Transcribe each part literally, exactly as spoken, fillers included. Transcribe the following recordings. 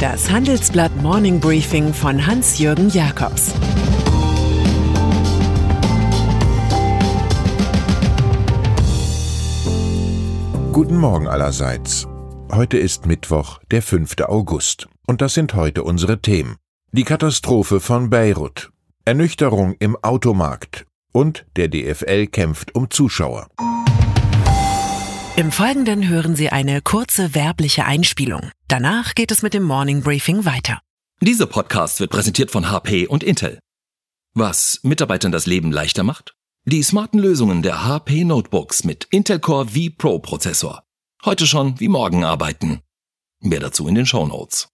Das Handelsblatt Morning Briefing von Hans-Jürgen Jakobs. Guten Morgen allerseits. Heute ist Mittwoch, der fünfte August. Und das sind heute unsere Themen. Die Katastrophe von Beirut, Ernüchterung im Automarkt und der D F L kämpft um Zuschauer. Im Folgenden hören Sie eine kurze werbliche Einspielung. Danach geht es mit dem Morning Briefing weiter. Dieser Podcast wird präsentiert von H P und Intel. Was Mitarbeitern das Leben leichter macht? Die smarten Lösungen der H P Notebooks mit Intel Core V Pro Prozessor. Heute schon wie morgen arbeiten. Mehr dazu in den Shownotes.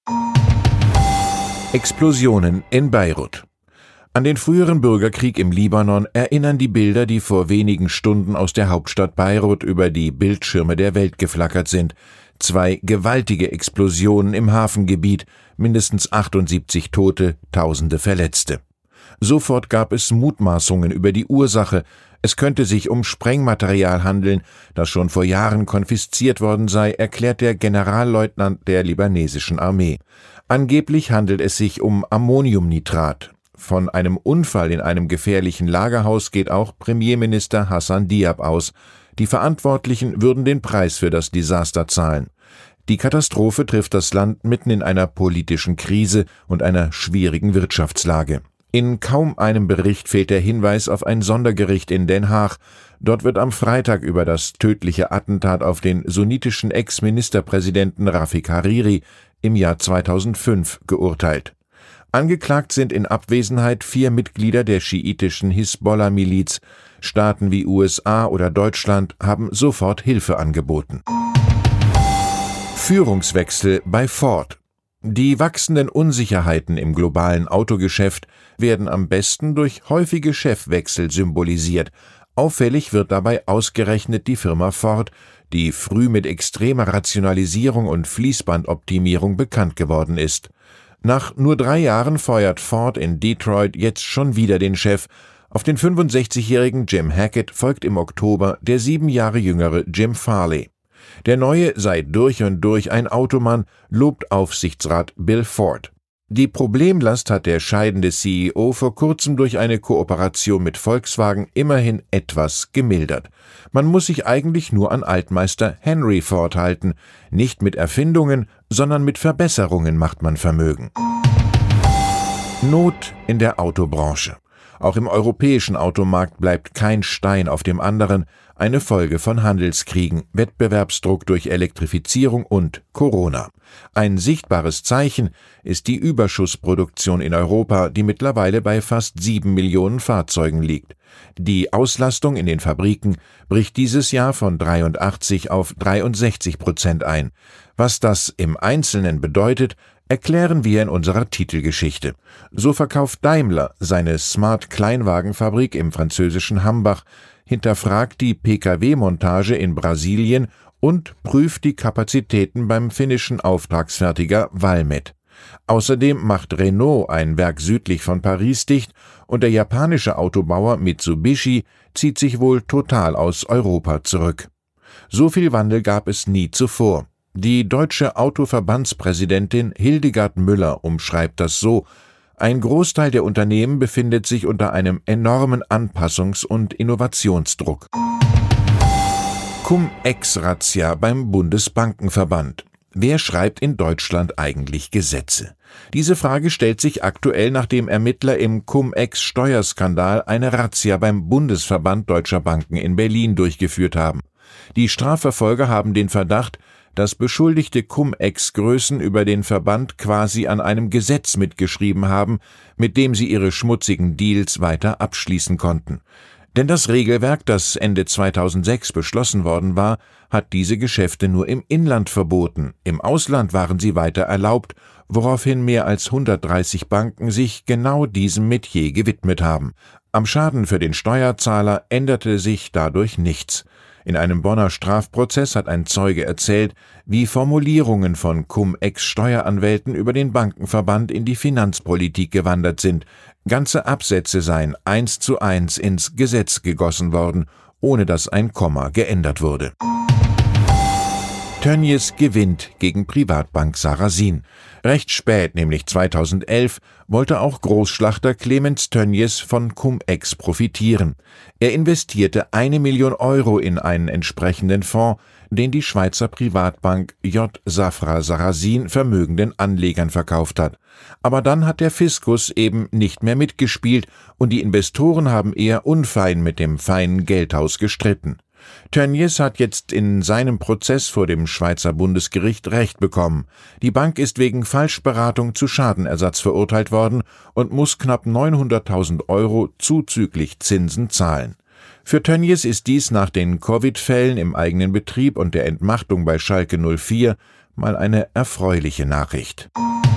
Explosionen in Beirut. An den früheren Bürgerkrieg im Libanon erinnern die Bilder, die vor wenigen Stunden aus der Hauptstadt Beirut über die Bildschirme der Welt geflackert sind. Zwei gewaltige Explosionen im Hafengebiet, mindestens achtundsiebzig Tote, Tausende Verletzte. Sofort gab es Mutmaßungen über die Ursache. Es könnte sich um Sprengmaterial handeln, das schon vor Jahren konfisziert worden sei, erklärt der Generalleutnant der libanesischen Armee. Angeblich handelt es sich um Ammoniumnitrat. Von einem Unfall in einem gefährlichen Lagerhaus geht auch Premierminister Hassan Diab aus. Die Verantwortlichen würden den Preis für das Desaster zahlen. Die Katastrophe trifft das Land mitten in einer politischen Krise und einer schwierigen Wirtschaftslage. In kaum einem Bericht fehlt der Hinweis auf ein Sondergericht in Den Haag. Dort wird am Freitag über das tödliche Attentat auf den sunnitischen Ex-Ministerpräsidenten Rafik Hariri im Jahr zweitausendfünf geurteilt. Angeklagt sind in Abwesenheit vier Mitglieder der schiitischen Hisbollah-Miliz. Staaten wie U S A oder Deutschland haben sofort Hilfe angeboten. Führungswechsel bei Ford. Die wachsenden Unsicherheiten im globalen Autogeschäft werden am besten durch häufige Chefwechsel symbolisiert. Auffällig wird dabei ausgerechnet die Firma Ford, die früh mit extremer Rationalisierung und Fließbandoptimierung bekannt geworden ist. Nach nur drei Jahren feuert Ford in Detroit jetzt schon wieder den Chef. Auf den fünfundsechzigjährigen Jim Hackett folgt im Oktober der sieben Jahre jüngere Jim Farley. Der Neue sei durch und durch ein Automann, lobt Aufsichtsrat Bill Ford. Die Problemlast hat der scheidende C E O vor kurzem durch eine Kooperation mit Volkswagen immerhin etwas gemildert. Man muss sich eigentlich nur an Altmeister Henry Ford halten. Nicht mit Erfindungen, sondern mit Verbesserungen macht man Vermögen. Not in der Autobranche. Auch im europäischen Automarkt bleibt kein Stein auf dem anderen, eine Folge von Handelskriegen, Wettbewerbsdruck durch Elektrifizierung und Corona. Ein sichtbares Zeichen ist die Überschussproduktion in Europa, die mittlerweile bei fast sieben Millionen Fahrzeugen liegt. Die Auslastung in den Fabriken bricht dieses Jahr von dreiundachtzig auf dreiundsechzig Prozent ein. Was das im Einzelnen bedeutet, erklären wir in unserer Titelgeschichte. So verkauft Daimler seine Smart-Kleinwagenfabrik im französischen Hambach, hinterfragt die P K W-Montage in Brasilien und prüft die Kapazitäten beim finnischen Auftragsfertiger Valmet. Außerdem macht Renault ein Werk südlich von Paris dicht und der japanische Autobauer Mitsubishi zieht sich wohl total aus Europa zurück. So viel Wandel gab es nie zuvor. Die deutsche Autoverbandspräsidentin Hildegard Müller umschreibt das so: Ein Großteil der Unternehmen befindet sich unter einem enormen Anpassungs- und Innovationsdruck. Cum-Ex-Razzia beim Bundesbankenverband. Wer schreibt in Deutschland eigentlich Gesetze? Diese Frage stellt sich aktuell, nachdem Ermittler im Cum-Ex-Steuerskandal eine Razzia beim Bundesverband Deutscher Banken in Berlin durchgeführt haben. Die Strafverfolger haben den Verdacht, dass beschuldigte Cum-Ex-Größen über den Verband quasi an einem Gesetz mitgeschrieben haben, mit dem sie ihre schmutzigen Deals weiter abschließen konnten. Denn das Regelwerk, das Ende zweitausendsechs beschlossen worden war, hat diese Geschäfte nur im Inland verboten. Im Ausland waren sie weiter erlaubt, woraufhin mehr als hundertdreißig Banken sich genau diesem Metier gewidmet haben. Am Schaden für den Steuerzahler änderte sich dadurch nichts. In einem Bonner Strafprozess hat ein Zeuge erzählt, wie Formulierungen von Cum-Ex-Steueranwälten über den Bankenverband in die Finanzpolitik gewandert sind. Ganze Absätze seien eins zu eins ins Gesetz gegossen worden, ohne dass ein Komma geändert wurde. Tönnies gewinnt gegen Privatbank Sarasin. Recht spät, nämlich zweitausendelf, wollte auch Großschlachter Clemens Tönjes von Cum-Ex profitieren. Er investierte eine Million Euro in einen entsprechenden Fonds, den die Schweizer Privatbank J. Safra Sarasin vermögenden Anlegern verkauft hat. Aber dann hat der Fiskus eben nicht mehr mitgespielt und die Investoren haben eher unfein mit dem feinen Geldhaus gestritten. Tönjes hat jetzt in seinem Prozess vor dem Schweizer Bundesgericht Recht bekommen. Die Bank ist wegen Falschberatung zu Schadenersatz verurteilt worden und muss knapp neunhunderttausend Euro zuzüglich Zinsen zahlen. Für Tönjes ist dies nach den Covid-Fällen im eigenen Betrieb und der Entmachtung bei Schalke null vier mal eine erfreuliche Nachricht.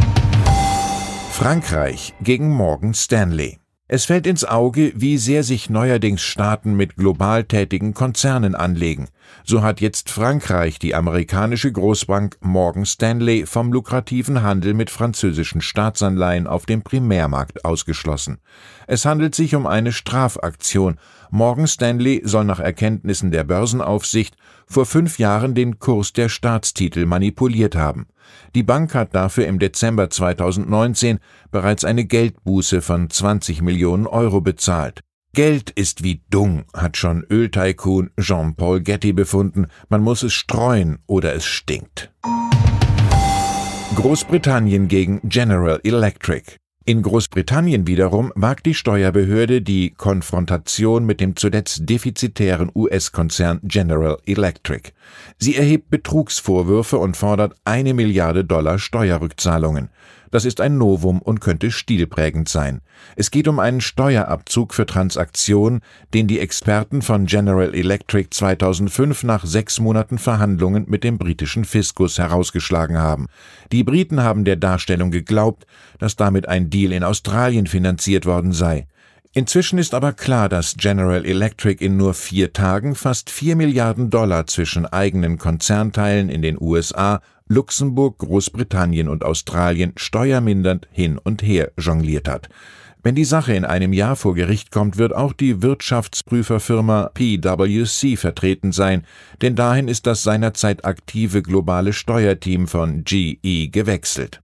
Frankreich gegen Morgan Stanley. Es fällt ins Auge, wie sehr sich neuerdings Staaten mit global tätigen Konzernen anlegen. So hat jetzt Frankreich die amerikanische Großbank Morgan Stanley vom lukrativen Handel mit französischen Staatsanleihen auf dem Primärmarkt ausgeschlossen. Es handelt sich um eine Strafaktion. Morgan Stanley soll nach Erkenntnissen der Börsenaufsicht vor fünf Jahren den Kurs der Staatstitel manipuliert haben. Die Bank hat dafür im Dezember zweitausendneunzehn bereits eine Geldbuße von zwanzig Millionen Euro bezahlt. Geld ist wie Dung, hat schon Öltycoon Jean-Paul Getty befunden. Man muss es streuen oder es stinkt. Großbritannien gegen General Electric. In Großbritannien wiederum wagt die Steuerbehörde die Konfrontation mit dem zuletzt defizitären U S-Konzern General Electric. Sie erhebt Betrugsvorwürfe und fordert eine Milliarde Dollar Steuerrückzahlungen. Das ist ein Novum und könnte stilprägend sein. Es geht um einen Steuerabzug für Transaktionen, den die Experten von General Electric zweitausendfünf nach sechs Monaten Verhandlungen mit dem britischen Fiskus herausgeschlagen haben. Die Briten haben der Darstellung geglaubt, dass damit ein Deal in Australien finanziert worden sei. Inzwischen ist aber klar, dass General Electric in nur vier Tagen fast vier Milliarden Dollar zwischen eigenen Konzernteilen in den U S A, Luxemburg, Großbritannien und Australien steuermindernd hin und her jongliert hat. Wenn die Sache in einem Jahr vor Gericht kommt, wird auch die Wirtschaftsprüferfirma P W C vertreten sein, denn dahin ist das seinerzeit aktive globale Steuerteam von G E gewechselt.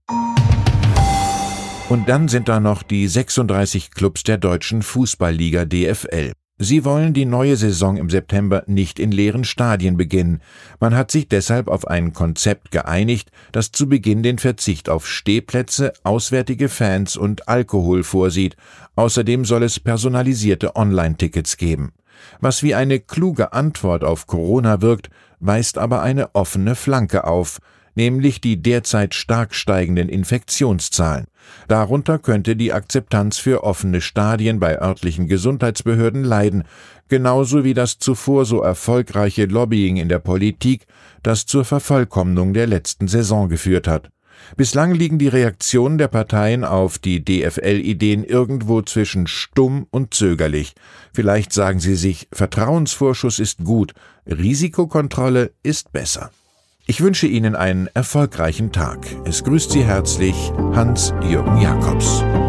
Und dann sind da noch die sechsunddreißig Clubs der deutschen Fußballliga D F L. Sie wollen die neue Saison im September nicht in leeren Stadien beginnen. Man hat sich deshalb auf ein Konzept geeinigt, das zu Beginn den Verzicht auf Stehplätze, auswärtige Fans und Alkohol vorsieht. Außerdem soll es personalisierte Online-Tickets geben. Was wie eine kluge Antwort auf Corona wirkt, weist aber eine offene Flanke auf, nämlich die derzeit stark steigenden Infektionszahlen. Darunter könnte die Akzeptanz für offene Stadien bei örtlichen Gesundheitsbehörden leiden, genauso wie das zuvor so erfolgreiche Lobbying in der Politik, das zur Vervollkommnung der letzten Saison geführt hat. Bislang liegen die Reaktionen der Parteien auf die D F L-Ideen irgendwo zwischen stumm und zögerlich. Vielleicht sagen sie sich, Vertrauensvorschuss ist gut, Risikokontrolle ist besser. Ich wünsche Ihnen einen erfolgreichen Tag. Es grüßt Sie herzlich Hans-Jürgen Jakobs.